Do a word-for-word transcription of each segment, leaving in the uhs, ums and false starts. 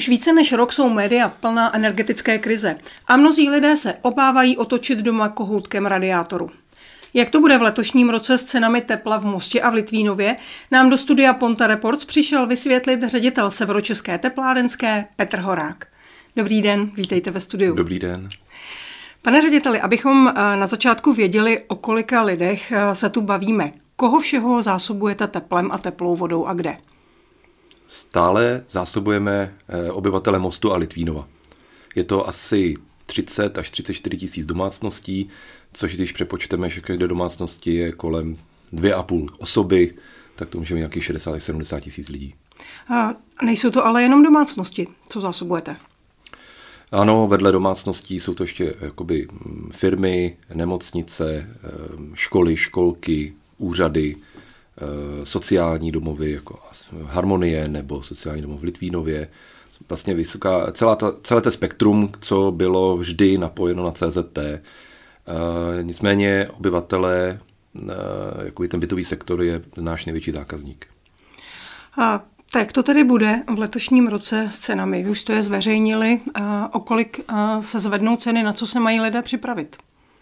Už více než rok jsou média plná energetické krize a mnozí lidé se obávají otočit doma kohoutkem radiátoru. Jak to bude v letošním roce s cenami tepla v Mostě a v Litvínově, nám do studia Ponta Reports přišel vysvětlit ředitel Severočeské teplárenské Petr Horák. Dobrý den, vítejte ve studiu. Dobrý den. Pane řediteli, abychom na začátku věděli, o kolika lidech se tu bavíme, koho všeho zásobujete teplem a teplou vodou a kde? Stále zásobujeme obyvatele Mostu a Litvínova. Je to asi třicet až třicet čtyři tisíc domácností, což když přepočteme, že každé domácnosti je kolem dvě a půl osoby, tak to může mít nějakých šedesát až sedmdesát tisíc lidí. A nejsou to ale jenom domácnosti, co zásobujete? Ano, vedle domácností jsou to ještě jakoby firmy, nemocnice, školy, školky, úřady, sociální domovy jako Harmonie nebo sociální domov v Litvínově. Vlastně vysoká, celá ta, celé to spektrum, co bylo vždy napojeno na C Z T. E, nicméně obyvatelé, e, jako ten bytový sektor je náš největší zákazník. A tak to tedy bude v letošním roce s cenami. Vy už to je zveřejnili. A o kolik se zvednou ceny, na co se mají lidé připravit?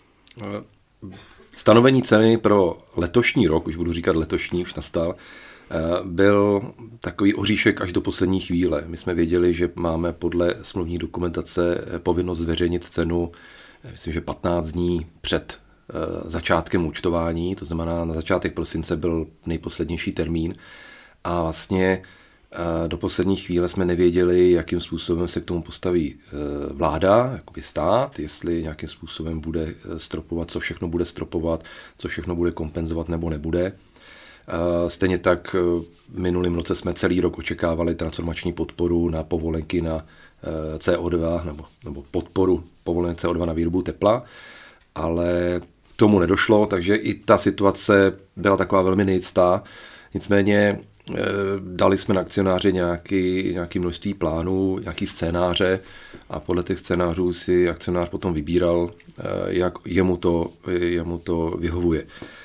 Stanovení ceny pro letošní rok, už budu říkat letošní, už nastal, byl takový oříšek až do poslední chvíle. My jsme věděli, že máme podle smluvní dokumentace povinnost zveřejnit cenu, myslím, že patnáct dní před začátkem účtování, to znamená na začátek prosince byl nejposlednější termín a vlastně do poslední chvíle jsme nevěděli, jakým způsobem se k tomu postaví vláda, jakoby stát, jestli nějakým způsobem bude stropovat, co všechno bude stropovat, co všechno bude kompenzovat nebo nebude. Stejně tak v minulém roce jsme celý rok očekávali transformační podporu na povolenky na C O dva nebo, nebo podporu povolenek C O dva na výrobu tepla, ale tomu nedošlo, takže i ta situace byla taková velmi nejistá. Nicméně dali jsme na akcionáře nějaký, nějaký množství plánů, nějaký scénáře a podle těch scénářů si akcionář potom vybíral, jak jemu to, jemu to vyhovuje.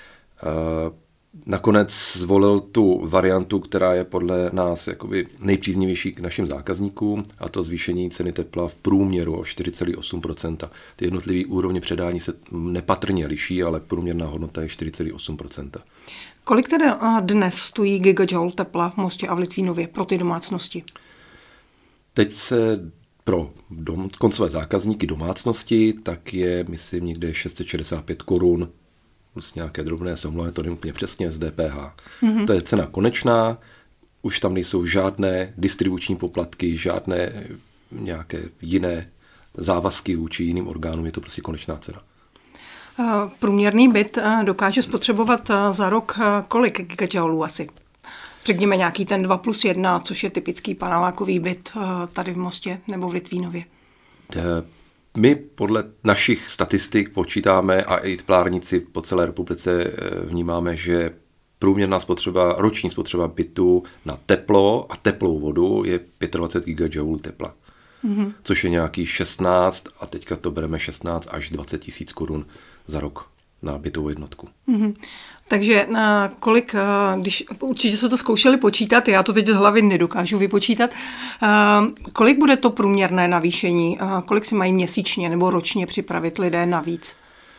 Nakonec zvolil tu variantu, která je podle nás jakoby nejpříznivější k našim zákazníkům, a to zvýšení ceny tepla v průměru o čtyři celá osm procenta. Ty jednotlivé úrovně předání se nepatrně liší, ale průměrná hodnota je čtyři celá osm procenta. Kolik teda dnes stojí gigajoule tepla v Mostě a v Litvínově pro ty domácnosti? Teď se pro dom, koncové zákazníky domácnosti tak je, myslím, někde šest set šedesát pět korun plus nějaké drobné somlové, to nevím úplně přesně, z D P H. Mm-hmm. To je cena konečná, už tam nejsou žádné distribuční poplatky, žádné nějaké jiné závazky vůči jiným orgánům, je to prostě konečná cena. Průměrný byt dokáže spotřebovat za rok kolik gigajoulů asi? Řekněme nějaký ten dva plus jedna, což je typický panelákový byt tady v Mostě nebo v Litvínově. My podle našich statistik počítáme a i teplárníci po celé republice vnímáme, že průměrná spotřeba, roční spotřeba bytu na teplo a teplou vodu je dvacet pět gigajoulů tepla. Mm-hmm. Což je nějaký šestnáct, a teďka to bereme šestnáct až dvacet tisíc korun za rok na bytovou jednotku. Mm-hmm. Takže kolik, když určitě se to zkoušeli počítat, já to teď z hlavy nedokážu vypočítat, kolik bude to průměrné navýšení, kolik si mají měsíčně nebo ročně připravit lidé navíc?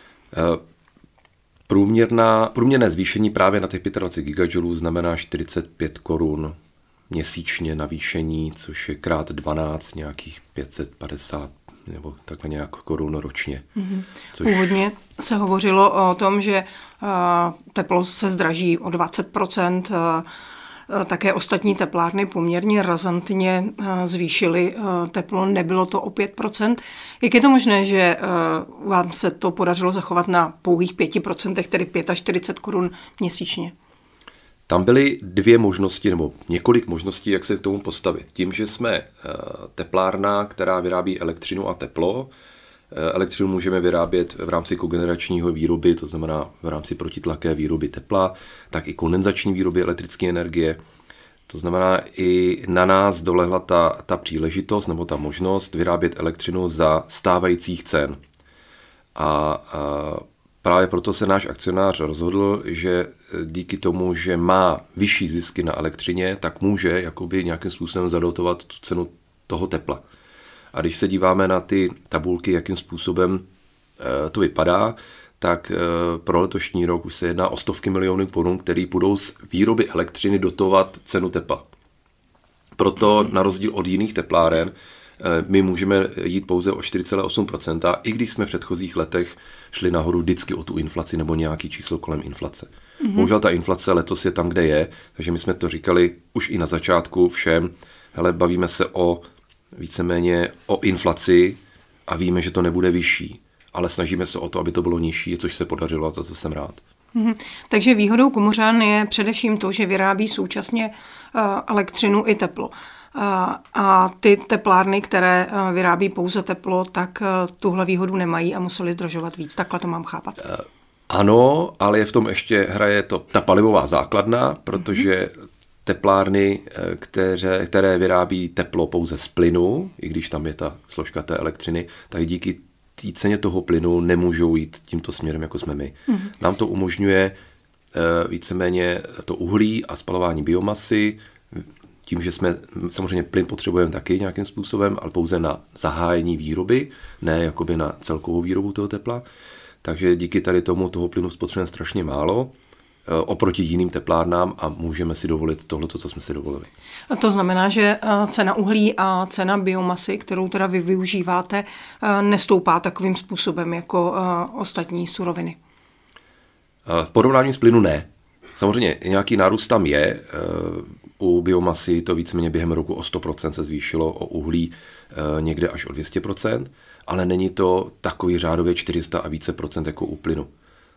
Průměrná, průměrné zvýšení právě na těch dvacet pět gigajoulů znamená čtyřicet pět korun měsíčně navýšení, což je krát dvanáct, nějakých pět set padesát nebo takhle nějak korun ročně. Mm-hmm. Což... Původně se hovořilo o tom, že uh, teplo se zdraží o dvacet procent, uh, také ostatní teplárny poměrně razantně uh, zvýšily uh, teplo, nebylo to o pět procent. Jak je to možné, že uh, vám se to podařilo zachovat na pouhých pět procent, tedy čtyřicet pět korun měsíčně? Tam byly dvě možnosti, nebo několik možností, jak se k tomu postavit. Tím, že jsme teplárna, která vyrábí elektřinu a teplo, elektřinu můžeme vyrábět v rámci kogeneračního výroby, to znamená v rámci protitlaké výroby tepla, tak i kondenzační výroby elektrické energie. To znamená, i na nás dolehla ta, ta příležitost nebo ta možnost vyrábět elektřinu za stávajících cen. A, a právě proto se náš akcionář rozhodl, že díky tomu, že má vyšší zisky na elektřině, tak může jakoby nějakým způsobem zadotovat tu cenu toho tepla. A když se díváme na ty tabulky, jakým způsobem to vypadá, tak pro letošní rok už se jedná o stovky milionů korun, které budou z výroby elektřiny dotovat cenu tepla. Proto na rozdíl od jiných tepláren my můžeme jít pouze o čtyři celá osm procenta, i když jsme v předchozích letech šli nahoru vždycky o tu inflaci nebo nějaký číslo kolem inflace. Mm-hmm. Bohužel ta inflace letos je tam, kde je, takže my jsme to říkali už i na začátku všem, hele, bavíme se o víceméně o inflaci a víme, že to nebude vyšší, ale snažíme se o to, aby to bylo nižší, což se podařilo a za to jsem rád. Mm-hmm. Takže výhodou Komořan je především to, že vyrábí současně uh, elektřinu i teplo. Uh, a ty teplárny, které uh, vyrábí pouze teplo, tak uh, tuhle výhodu nemají a museli zdražovat víc. Takhle to mám chápat. Uh, ano, ale je v tom ještě hraje to ta palivová základna, protože mm-hmm. teplárny, které, které vyrábí teplo pouze z plynu, i když tam je ta složka té elektřiny, tak díky té ceně toho plynu nemůžou jít tímto směrem, jako jsme my. Mm-hmm. Nám to umožňuje víceméně to uhlí a spalování biomasy, tím, že jsme, samozřejmě plyn potřebujeme taky nějakým způsobem, ale pouze na zahájení výroby, ne jakoby na celkovou výrobu toho tepla. Takže díky tady tomu toho plynu spotřebujeme strašně málo oproti jiným teplárnám a můžeme si dovolit tohleto, co jsme si dovolili. A to znamená, že cena uhlí a cena biomasy, kterou teda vy využíváte, nestoupá takovým způsobem jako ostatní suroviny? V porovnání s plynu ne. Samozřejmě nějaký nárůst tam je. U biomasy to víceméně během roku o sto procent se zvýšilo, o uhlí někde až o dvě stě procent, ale není to takový řádově čtyři sta a více procent jako u plynu.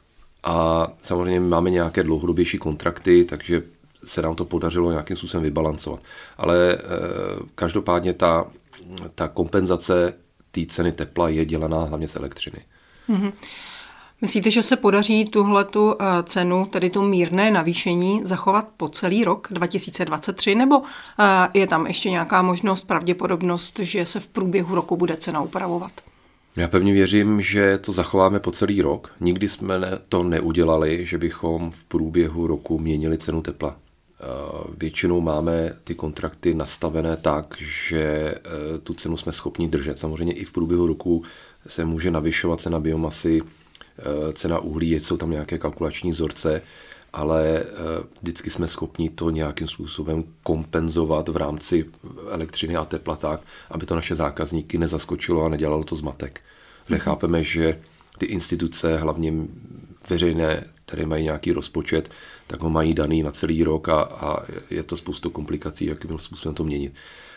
A samozřejmě máme nějaké dlouhodobější kontrakty, takže se nám to podařilo nějakým způsobem vybalancovat. Ale e, každopádně ta, ta kompenzace té ceny tepla je dělaná hlavně z elektřiny. Mm-hmm. Myslíte, že se podaří tuhletu cenu, tedy to mírné navýšení, zachovat po celý rok dva tisíce dvacet tři, nebo je tam ještě nějaká možnost, pravděpodobnost, že se v průběhu roku bude cena upravovat? Já pevně věřím, že to zachováme po celý rok. Nikdy jsme to neudělali, že bychom v průběhu roku měnili cenu tepla. Většinou máme ty kontrakty nastavené tak, že tu cenu jsme schopni držet. Samozřejmě i v průběhu roku se může navyšovat cena biomasy, cena uhlí, jsou tam nějaké kalkulační vzorce, ale vždycky jsme schopni to nějakým způsobem kompenzovat v rámci elektřiny a tepla tak, aby to naše zákazníky nezaskočilo a nedělalo to zmatek. Mm-hmm. Chápeme, že ty instituce, hlavně veřejné, které mají nějaký rozpočet, tak ho mají daný na celý rok a, a je to spoustu komplikací, jakým způsobem to měnit.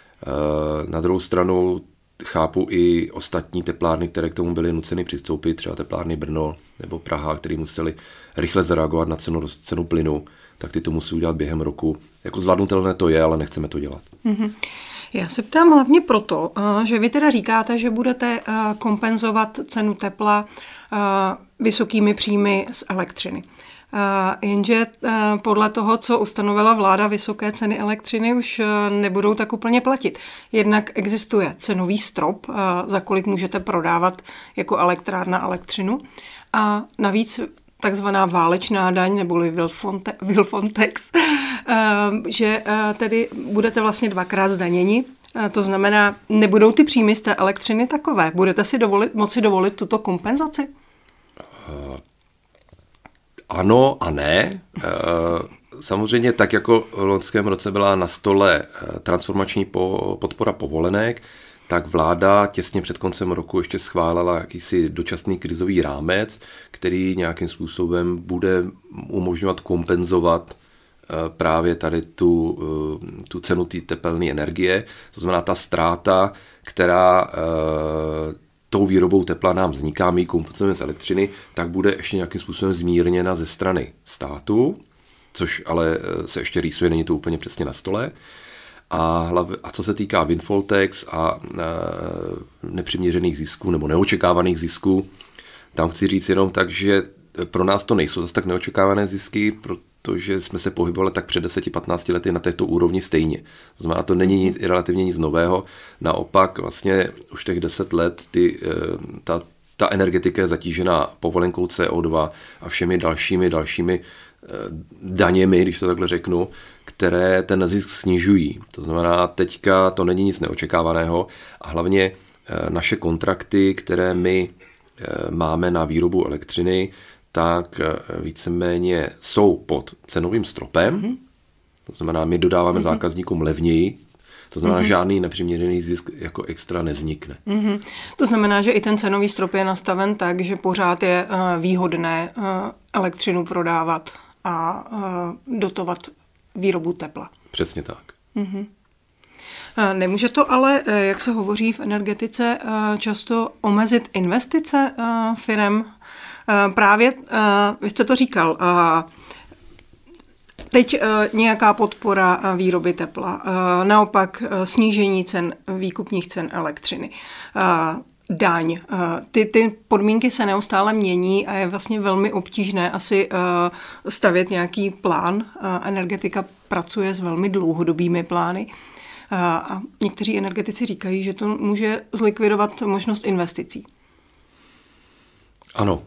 Na druhou stranu chápu i ostatní teplárny, které k tomu byly nuceny přistoupit, třeba teplárny Brno nebo Praha, které museli rychle zareagovat na cenu, cenu plynu, tak ty to musí udělat během roku. Jako zvládnutelné to je, ale nechceme to dělat. Mm-hmm. Já se ptám hlavně proto, že vy teda říkáte, že budete kompenzovat cenu tepla vysokými příjmy z elektřiny. Uh, jenže uh, podle toho, co ustanovila vláda, vysoké ceny elektřiny už uh, nebudou tak úplně platit. Jednak existuje cenový strop, uh, za kolik můžete prodávat jako elektrárna elektřinu, a navíc takzvaná válečná daň, neboli Wilfon tax, uh, že uh, tedy budete vlastně dvakrát zdaněni. Uh, to znamená, nebudou ty příjmy z té elektřiny takové. Budete si dovolit, moci dovolit tuto kompenzaci? Uh. Ano a ne. Samozřejmě tak, jako v loňském roce byla na stole transformační podpora povolenek, tak vláda těsně před koncem roku ještě schválila jakýsi dočasný krizový rámec, který nějakým způsobem bude umožňovat kompenzovat právě tady tu, tu cenu té tepelné energie. To znamená ta ztráta, která tou výrobou tepla nám vzniká, my kompenzujeme z elektřiny, tak bude ještě nějakým způsobem zmírněna ze strany státu, což ale se ještě rýsuje, není to úplně přesně na stole. A, hlav, a co se týká windfall tax a, a nepřiměřených zisků nebo neočekávaných zisků, tam chci říct jenom tak, že pro nás to nejsou zase tak neočekávané zisky, protože jsme se pohybovali tak před deseti patnácti lety na této úrovni stejně. To znamená, to není nic, relativně nic nového. Naopak vlastně už těch deset let ty, ta, ta energetika je zatížená povolenkou C O dva a všemi dalšími, dalšími daněmi, když to takhle řeknu, které ten zisk snižují. To znamená, teďka to není nic neočekávaného a hlavně naše kontrakty, které my máme na výrobu elektřiny, tak víceméně jsou pod cenovým stropem. Mm-hmm. To znamená, my dodáváme mm-hmm. zákazníkům levněji. To znamená, mm-hmm. žádný nepřiměřený zisk jako extra nevznikne. Mm-hmm. To znamená, že i ten cenový strop je nastaven tak, že pořád je uh, výhodné uh, elektřinu prodávat a uh, dotovat výrobu tepla. Přesně tak. Mm-hmm. Uh, nemůže to ale, uh, jak se hovoří v energetice, uh, často omezit investice uh, firem? Uh, právě, uh, vy jste to říkal, uh, Teď uh, nějaká podpora uh, výroby tepla, uh, naopak uh, snížení cen, výkupních cen elektřiny, uh, daň. Uh, ty, ty podmínky se neustále mění a je vlastně velmi obtížné asi uh, stavět nějaký plán. Uh, energetika pracuje s velmi dlouhodobými plány uh, a někteří energetici říkají, že to může zlikvidovat možnost investicí. Ano.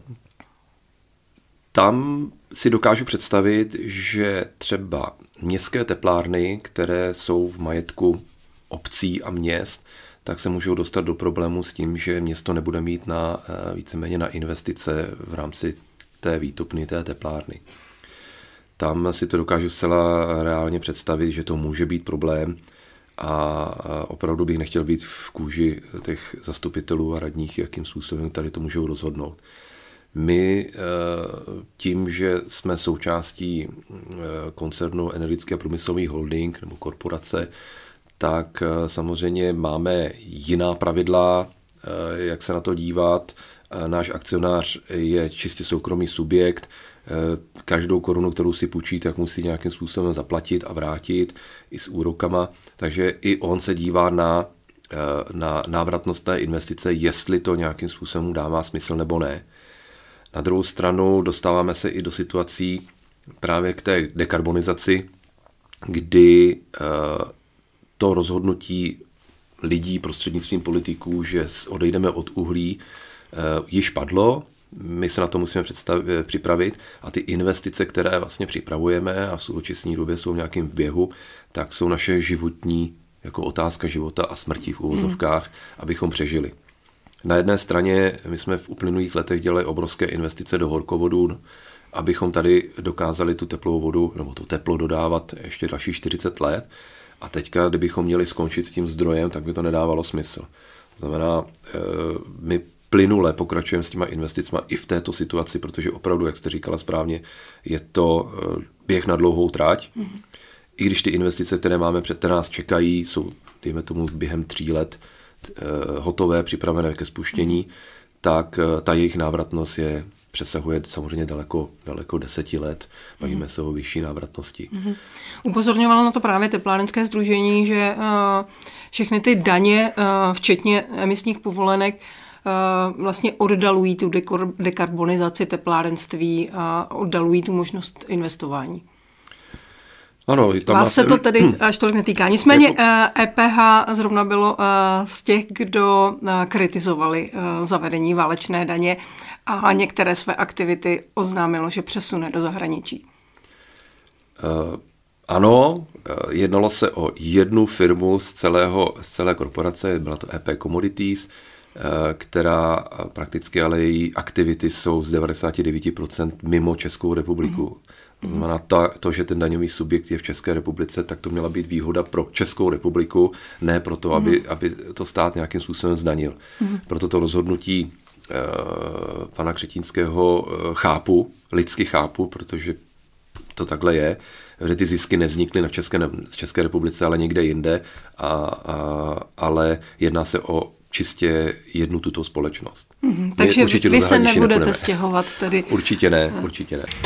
Tam si dokážu představit, že třeba městské teplárny, které jsou v majetku obcí a měst, tak se můžou dostat do problému s tím, že město nebude mít na, víceméně na investice v rámci té výtopny, té teplárny. Tam si to dokážu zcela reálně představit, že to může být problém a opravdu bych nechtěl být v kůži těch zastupitelů a radních, jakým způsobem tady to můžou rozhodnout. My tím, že jsme součástí koncernu Energický a průmyslový holding nebo korporace, tak samozřejmě máme jiná pravidla, jak se na to dívat. Náš akcionář je čistě soukromý subjekt. Každou korunu, kterou si půjčí, tak musí nějakým způsobem zaplatit a vrátit i s úrokama. Takže i on se dívá na, na návratnost té investice, jestli to nějakým způsobem dává smysl nebo ne. Na druhou stranu dostáváme se i do situací právě k té dekarbonizaci, kdy to rozhodnutí lidí prostřednictvím politiků, že odejdeme od uhlí, již padlo. My se na to musíme připravit a ty investice, které vlastně připravujeme a v současné době jsou v nějakém běhu, tak jsou naše životní, jako otázka života a smrti v uvozovkách, mm. abychom přežili. Na jedné straně my jsme v uplynulých letech dělali obrovské investice do horkovodů, abychom tady dokázali tu teplou vodu nebo to teplo dodávat ještě další čtyřicet let. A teďka, kdybychom měli skončit s tím zdrojem, tak by to nedávalo smysl. To znamená, my plynule pokračujeme s těma investicemi i v této situaci, protože opravdu, jak jste říkala správně, je to běh na dlouhou trať. Mm-hmm. I když ty investice, které máme před nás čekají, jsou, dejme tomu, během tří let hotové, připravené ke spuštění, tak ta jejich návratnost je přesahuje samozřejmě daleko, daleko deseti let. Bavíme mm. se o vyšší návratnosti. Mm. Upozorňovalo na to právě teplárenské sdružení, že uh, všechny ty daně, uh, včetně emisních povolenek, uh, vlastně oddalují tu dekarbonizaci teplárenství a oddalují tu možnost investování. Ano, tam vás se to tedy až tolik netýká. Nicméně jako... E P H zrovna bylo z těch, kdo kritizovali zavedení válečné daně a některé své aktivity oznámilo, že přesune do zahraničí. Uh, ano, jednalo se o jednu firmu z, celého, z celé korporace, byla to E P Commodities, která prakticky, ale její aktivity jsou z devadesát devět procent mimo Českou republiku. Mm. To znamená, ta, to, že ten daňový subjekt je v České republice, tak to měla být výhoda pro Českou republiku, ne proto, mm. aby, aby to stát nějakým způsobem zdanil. Mm. Proto to rozhodnutí eh, pana Křetínského eh, chápu, lidsky chápu, protože to takhle je, že ty zisky nevznikly na České, v České republice, ale někde jinde, a, a, ale jedná se o čistě jednu tuto společnost. Mm. Takže vy se nebudete nepůjdeme. stěhovat tedy? Určitě ne, určitě ne.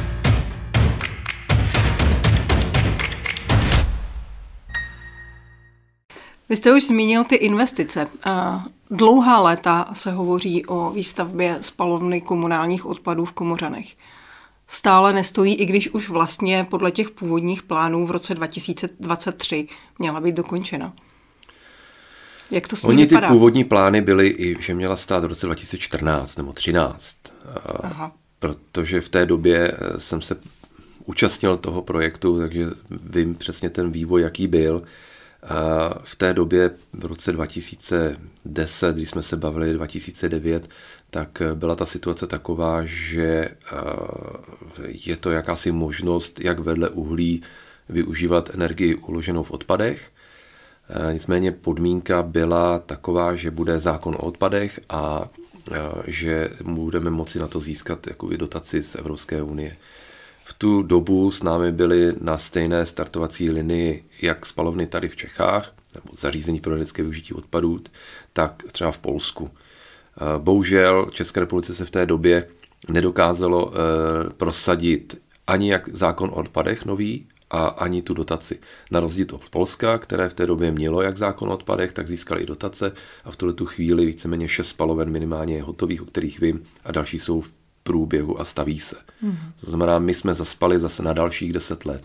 Vy jste už zmínil ty investice. Dlouhá léta se hovoří o výstavbě spalovny komunálních odpadů v Komořanech. Stále nestojí, i když už vlastně podle těch původních plánů v roce dva tisíce dvacet tři měla být dokončena. Jak to s ní Oni vypadá? Ty původní plány byly i, že měla stát v roce dva tisíce čtrnáct nebo třináct. Aha. Protože v té době jsem se účastnil toho projektu, takže vím přesně ten vývoj, jaký byl. V té době v roce dva tisíce deset, když jsme se bavili dva tisíce devět, tak byla ta situace taková, že je to jakási možnost, jak vedle uhlí využívat energii uloženou v odpadech. Nicméně podmínka byla taková, že bude zákon o odpadech a že budeme moci na to získat jakoby dotaci z Evropské unie. V tu dobu s námi byly na stejné startovací linii jak spalovny tady v Čechách, nebo zařízení pro energetické využití odpadů, tak třeba v Polsku. Bohužel České republice se v té době nedokázalo prosadit ani jak zákon o odpadech nový, a ani tu dotaci. Na rozdíl od Polska, které v té době mělo jak zákon o odpadech, tak získali i dotace a v tuto chvíli víceméně šest spaloven minimálně je hotových, o kterých vím, a další jsou v průběhu a staví se. Mm. To znamená, my jsme zaspali zase na dalších deset let.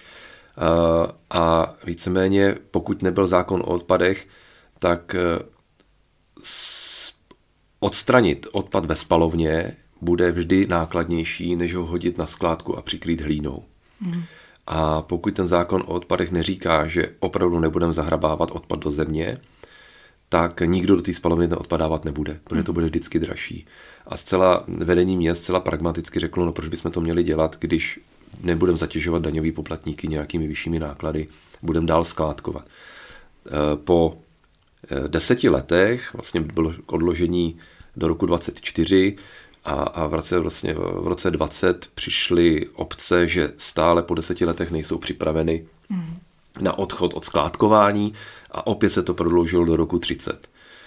A víceméně, pokud nebyl zákon o odpadech, tak odstranit odpad ve spalovně bude vždy nákladnější, než ho hodit na skládku a přikrýt hlínou. Mm. A pokud ten zákon o odpadech neříká, že opravdu nebudeme zahrabávat odpad do země, tak nikdo do té spalovny ten odpad dávat nebude, protože to bude vždycky dražší. A zcela vedení měst zcela pragmaticky řeklo, no proč bychom to měli dělat, když nebudeme zatěžovat daňový poplatníky nějakými vyššími náklady, budeme dál skládkovat. Po deseti letech vlastně bylo odložení do roku dvacet čtyři a, a v roce, vlastně, v roce dvacet přišly obce, že stále po deseti letech nejsou připraveny mm. na odchod od skládkování a opět se to prodloužilo do roku třicet.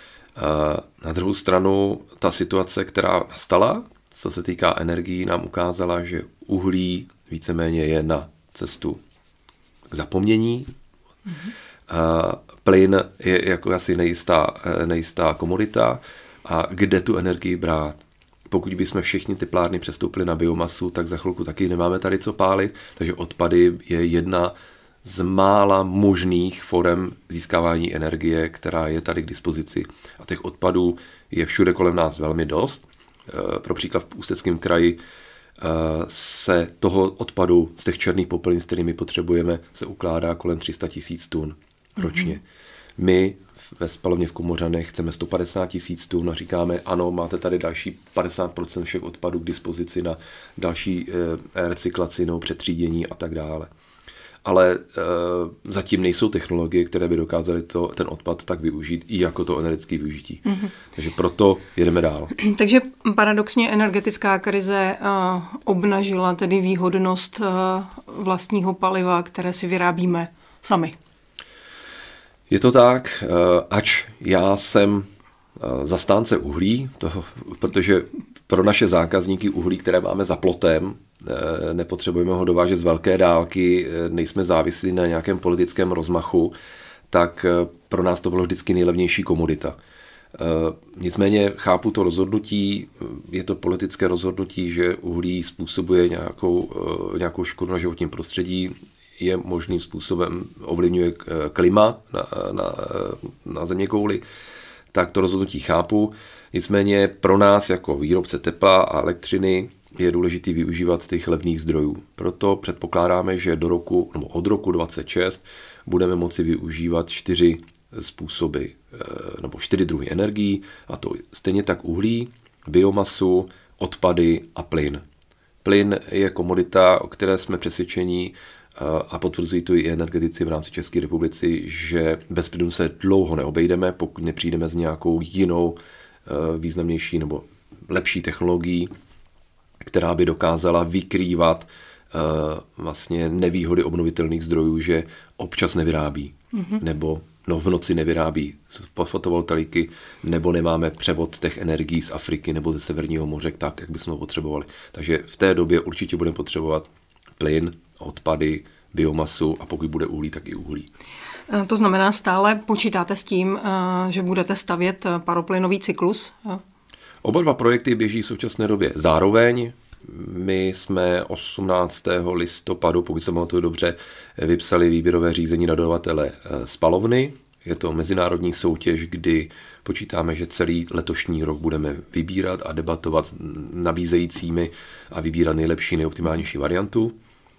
Na druhou stranu ta situace, která stala, co se týká energií, nám ukázala, že uhlí víceméně je na cestu k zapomnění. Mm-hmm. Plyn je jako asi nejistá, nejistá komodita a kde tu energii brát. Pokud bychom všichni teplárny přestoupili na biomasu, tak za chvilku taky nemáme tady co pálit, takže odpady je jedna z mála možných forem získávání energie, která je tady k dispozici. A těch odpadů je všude kolem nás velmi dost. Pro příklad v Ústeckém kraji se toho odpadu z těch černých popelin, s kterými potřebujeme, se ukládá kolem tři sta tisíc tun ročně. Mm-hmm. My ve spalovně v Komořanech chceme sto padesát tisíc tun a říkáme, ano, máte tady další padesát procent všech odpadů k dispozici na další e, recyklaci nebo přetřídění a tak dále. Ale e, zatím nejsou technologie, které by dokázaly to, ten odpad tak využít i jako to energetické využití. Mm-hmm. Takže proto jedeme dál. Takže paradoxně energetická krize uh, obnažila tedy výhodnost uh, vlastního paliva, které si vyrábíme sami. Je to tak, ač já jsem zastánce uhlí, toho, protože pro naše zákazníky uhlí, které máme za plotem, nepotřebujeme ho dovážet z velké dálky, nejsme závislí na nějakém politickém rozmachu, tak pro nás to bylo vždycky nejlevnější komodita. Nicméně chápu to rozhodnutí, je to politické rozhodnutí, že uhlí způsobuje nějakou, nějakou škodu na životním prostředí, je možným způsobem ovlivňuje klima na, na, na zeměkouli, tak to rozhodnutí chápu. Nicméně pro nás jako výrobce tepla a elektřiny je důležité využívat těch levných zdrojů. Proto předpokládáme, že do roku, nebo od roku dvacet šest budeme moci využívat čtyři způsoby, nebo čtyři druhy energií, a to stejně tak uhlí, biomasu, odpady a plyn. Plyn je komodita, o které jsme přesvědčení, a potvrzují to i energetici v rámci České republiky, že bez plynu se dlouho neobejdeme, pokud nepřijdeme s nějakou jinou významnější nebo lepší technologií, která by dokázala vykrývat vlastně nevýhody obnovitelných zdrojů, že občas nevyrábí, mm-hmm. nebo no, v noci nevyrábí fotovoltaiky, nebo nemáme převod těch energií z Afriky nebo ze Severního moře tak, jak bychom ho potřebovali. Takže v té době určitě budeme potřebovat plyn, odpady, biomasu a pokud bude uhlí, tak i uhlí. To znamená, stále počítáte s tím, že budete stavět paroplynový cyklus? Oba dva projekty běží v současné době zároveň. My jsme osmnáctého listopadu, pokud se pamatuju dobře, vypsali výběrové řízení na dodavatele spalovny. Je to mezinárodní soutěž, kdy počítáme, že celý letošní rok budeme vybírat a debatovat s nabízejícími a vybírat nejlepší, nejoptimálnější variantu.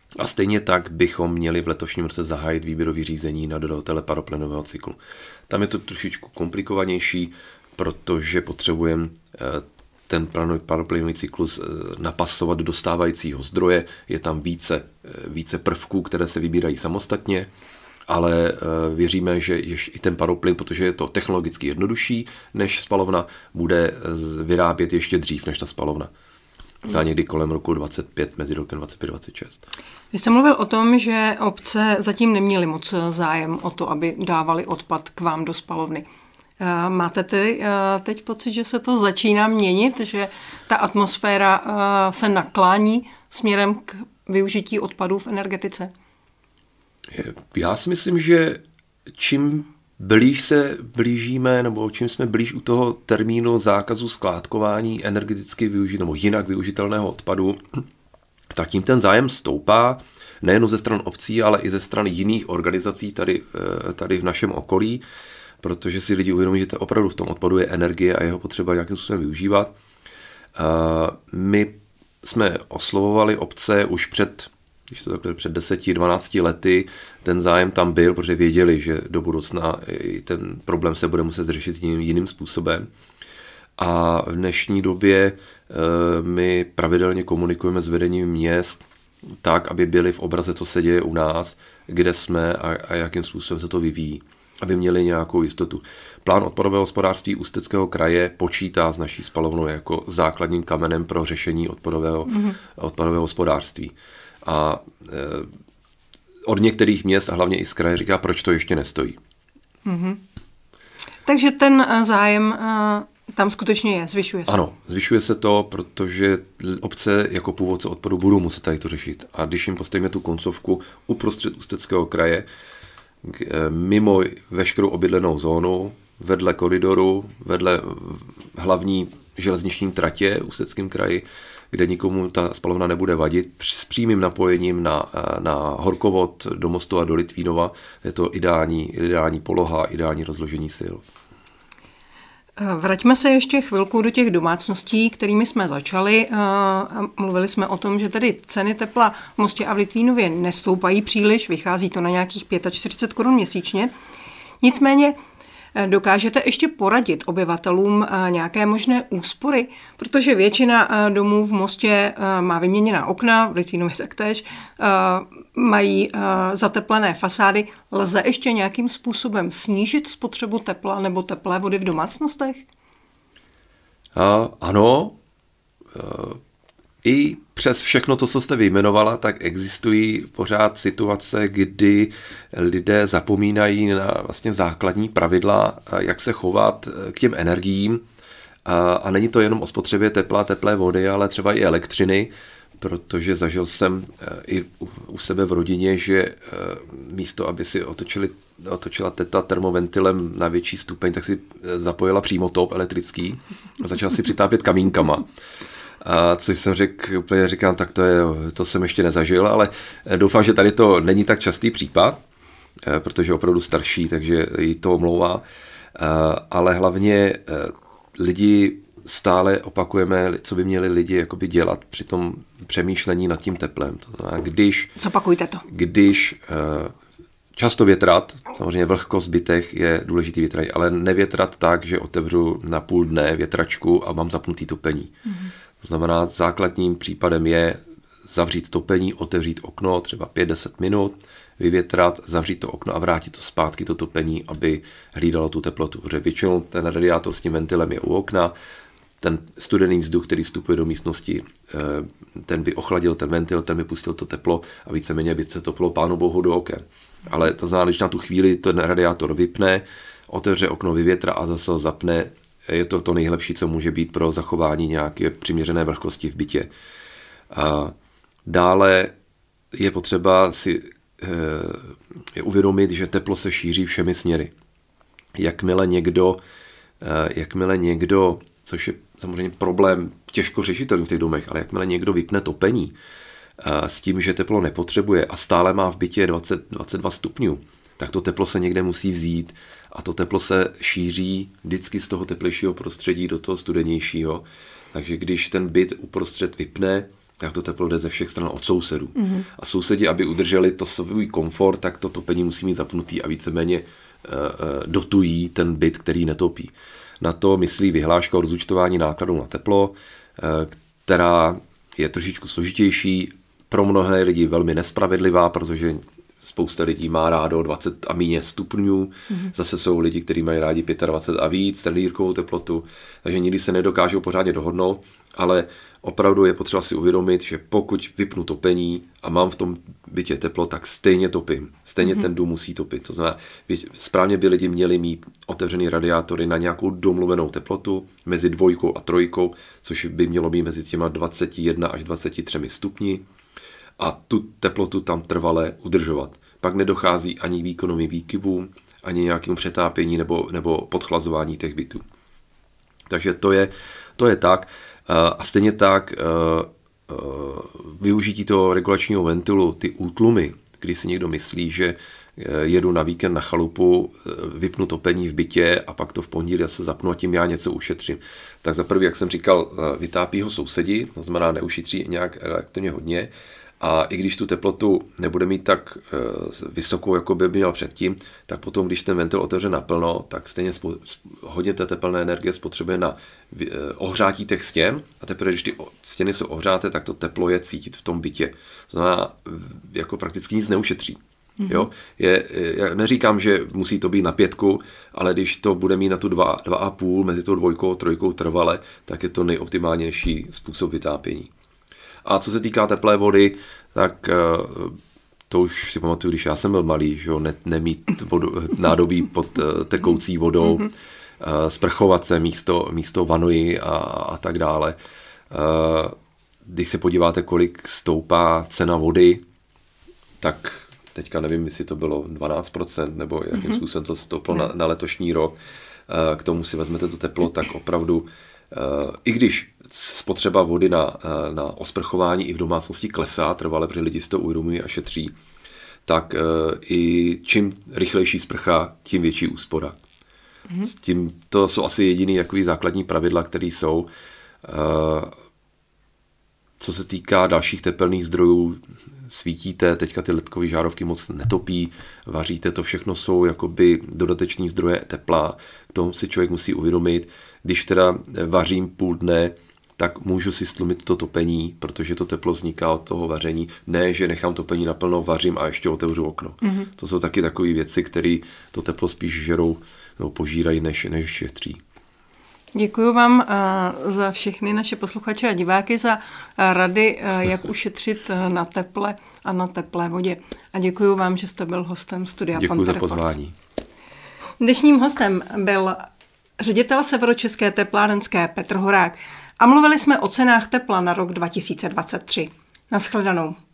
A stejně tak bychom měli v letošním roce zahájit výběrový řízení na dodavatele paroplynového cyklu. Tam je to trošičku komplikovanější, protože potřebujeme ten paroplynový cyklus napasovat do stávajícího zdroje. Je tam více, více prvků, které se vybírají samostatně, ale věříme, že i ten paroplyn, protože je to technologicky jednodušší než spalovna, bude vyrábět ještě dřív než ta spalovna. Za někdy kolem roku dvacet pět, mezi rokem dvacet pět dvacet šest. Vy jste mluvil o tom, že obce zatím neměly moc zájem o to, aby dávali odpad k vám do spalovny. Máte tedy teď pocit, že se to začíná měnit, že ta atmosféra se naklání směrem k využití odpadů v energetice? Já si myslím, že čím blíž se blížíme, nebo čím jsme blíž u toho termínu zákazu skládkování energeticky využít, nebo jinak využitelného odpadu, tak tím ten zájem stoupá, nejen ze stran obcí, ale i ze stran jiných organizací tady, tady v našem okolí, protože si lidi uvědomí, že to opravdu v tom odpadu je energie a jeho potřeba nějakým způsobem využívat. My jsme oslovovali obce už před, když to takhle před deseti dvanácti lety, ten zájem tam byl, protože věděli, že do budoucna ten problém se bude muset řešit jiným, jiným způsobem. A v dnešní době my pravidelně komunikujeme s vedením měst tak, aby byli v obraze, co se děje u nás, kde jsme a, a jakým způsobem se to vyvíjí, aby měli nějakou jistotu. Plán odpadového hospodářství Ústeckého kraje počítá s naší spalovnou jako základním kamenem pro řešení odpadového, mm-hmm. odpadového hospodářství. A e, od některých měst a hlavně i z kraje říká, proč to ještě nestojí. Mm-hmm. Takže ten zájem tam skutečně je, zvyšuje se. Ano, zvyšuje se to, protože obce jako původce odpadu budou muset tady to řešit. A když jim postavíme tu koncovku uprostřed Ústeckého kraje, mimo veškerou obydlenou zónu, vedle koridoru, vedle hlavní železniční tratě v Ústeckém kraji, kde nikomu ta spalovna nebude vadit, s přímým napojením na, na horkovod do Mostu a do Litvínova, je to ideální, ideální poloha, ideální rozložení sil. Vraťme se ještě chvilku do těch domácností, kterými jsme začali. Mluvili jsme o tom, že tedy ceny tepla v Mostě a v Litvínově nestoupají příliš, vychází to na nějakých čtyřicet pět korun měsíčně. Nicméně dokážete ještě poradit obyvatelům nějaké možné úspory, protože většina domů v Mostě má vyměněná okna, v Litvínově taktéž, mají zateplené fasády. Lze ještě nějakým způsobem snížit spotřebu tepla nebo teplé vody v domácnostech? A, ano. I přes všechno to, co jste vyjmenovala, tak existují pořád situace, kdy lidé zapomínají na vlastně základní pravidla, jak se chovat k těm energiím. A, a není to jenom o spotřebě tepla, teplé vody, ale třeba i elektřiny, protože zažil jsem i u sebe v rodině, že místo, aby si otočili, otočila teta termoventilem na větší stupeň, tak si zapojila přímo top elektrický a začala si přitápět kamínkama. A což jsem řekl, úplně říkám, tak to, je, to jsem ještě nezažil, ale doufám, že tady to není tak častý případ, protože je opravdu starší, takže jí to omlouvá. Ale hlavně lidi stále opakujeme, co by měli lidi jakoby dělat při tom přemýšlení nad tím teplem. To znamená, když... Zopakujte to. Když často větrat, samozřejmě vlhkost v bytech je důležitý větraní, ale nevětrat tak, že otevřu na půl dne větračku a mám zapnutý topení. Mm-hmm. To znamená, základním případem je zavřít topení, otevřít okno třeba pět deset minut, vyvětrat, zavřít to okno a vrátit to zpátky, to topení, aby hlídalo tu teplotu. Protože většinou ten radiátor s tím ventilem je u okna, ten studený vzduch, který vstupuje do místnosti, ten by ochladil ten ventil, ten by pustil to teplo a víceméně by se toplo pánu bohu do oken. Ale to znamená, když na tu chvíli ten radiátor vypne, otevře okno, vyvětra a zase ho zapne, je to to nejlepší, co může být pro zachování nějaké přiměřené vlhkosti v bytě. A dále je potřeba si je uvědomit, že teplo se šíří všemi směry. Jakmile někdo, jakmile někdo, což je samozřejmě problém těžko řešitelný v těch domech, ale jakmile někdo vypne topení s tím, že teplo nepotřebuje a stále má v bytě dvacet dvacet dva stupňů, tak to teplo se někde musí vzít a to teplo se šíří vždycky z toho teplejšího prostředí do toho studenějšího. Takže když ten byt uprostřed vypne tak to teplo jde ze všech stran od sousedů. Mm-hmm. A sousedi, aby udrželi to svůj komfort, tak to topení musí mít zapnutý a víceméně uh, dotují ten byt, který netopí. Na to myslí vyhláška o rozúčtování nákladů na teplo, uh, která je trošičku složitější, pro mnohé lidi velmi nespravedlivá, protože spousta lidí má rádo dvacet a míně stupňů, mm-hmm. zase jsou lidi, kteří mají rádi dvacet pět a víc, telírkovou teplotu, takže nikdy se nedokážou pořádně dohodnout, ale opravdu je potřeba si uvědomit, že pokud vypnu topení a mám v tom bytě teplo, tak stejně topím. Stejně mm-hmm. ten dům musí topit. To znamená, správně by lidi měli mít otevřený radiátory na nějakou domluvenou teplotu mezi dvojkou a trojkou, což by mělo být mezi těma dvacet jedna až dvacet tři stupni. A tu teplotu tam trvale udržovat. Pak nedochází ani výkonovým výkyvům, ani nějakému přetápění nebo, nebo podchlazování těch bytů. Takže to je, to je tak. A stejně tak využití toho regulačního ventilu, ty útlumy, kdy si někdo myslí, že jedu na víkend na chalupu, vypnu topení v bytě a pak to v pondělí se zapnu a tím já něco ušetřím. Tak za prvý, jak jsem říkal, vytápí ho sousedi, to znamená neušetří nějak elektrně hodně. A i když tu teplotu nebude mít tak vysokou, jako by měl předtím, tak potom, když ten ventil otevře naplno, tak stejně spo, hodně té teplné energie spotřebuje na ohřátí těch stěn a teprve, když ty stěny jsou ohřáté, tak to teplo je cítit v tom bytě. To znamená, jako prakticky nic neušetří. Mm-hmm. Jo? Je, já neříkám, že musí to být na pětku, ale když to bude mít na tu dva, dva a půl mezi tou dvojkou a trojkou trvale, tak je to nejoptimálnější způsob vytápění. A co se týká teplé vody, tak to už si pamatuju, když já jsem byl malý, že jo, ne, nemít vodu, nádobí pod tekoucí vodou, mm-hmm. sprchovat se místo, místo vanoji a, a tak dále. Když se podíváte, kolik stoupá cena vody, tak teďka nevím, jestli to bylo dvanáct procent nebo jakým mm-hmm. způsobem to stouplo na, na letošní rok. K tomu si vezmete to teplo, tak opravdu, i když spotřeba vody na, na osprchování i v domácnosti klesá trvale, protože lidi si to uvědomují a šetří, tak i čím rychlejší sprcha, tím větší úspora. Mm-hmm. Tím, to jsou asi jediný takový základní pravidla, které jsou. Co se týká dalších tepelných zdrojů, svítíte, teďka ty ledkové žárovky moc netopí, vaříte, to všechno jsou jakoby dodateční zdroje tepla. K tomu si člověk musí uvědomit, když teda vařím půl dne, tak můžu si stlumit to topení, protože to teplo vzniká od toho vaření. Ne, že nechám topení naplno, vařím a ještě otevřu okno. Mm-hmm. To jsou taky takové věci, které to teplo spíš žerou nebo požírají, než, než šetří. Děkuji vám uh, za všechny naše posluchače a diváky za uh, rady, uh, jak ušetřit uh, na teple a na teplé vodě. A děkuji vám, že jste byl hostem studia Děkuji Ponte za Reports. pozvání. Dnešním hostem byl ředitel Severočeské teplárenské Petr Horák a mluvili jsme o cenách tepla na rok dva tisíce dvacet tři. Naschledanou.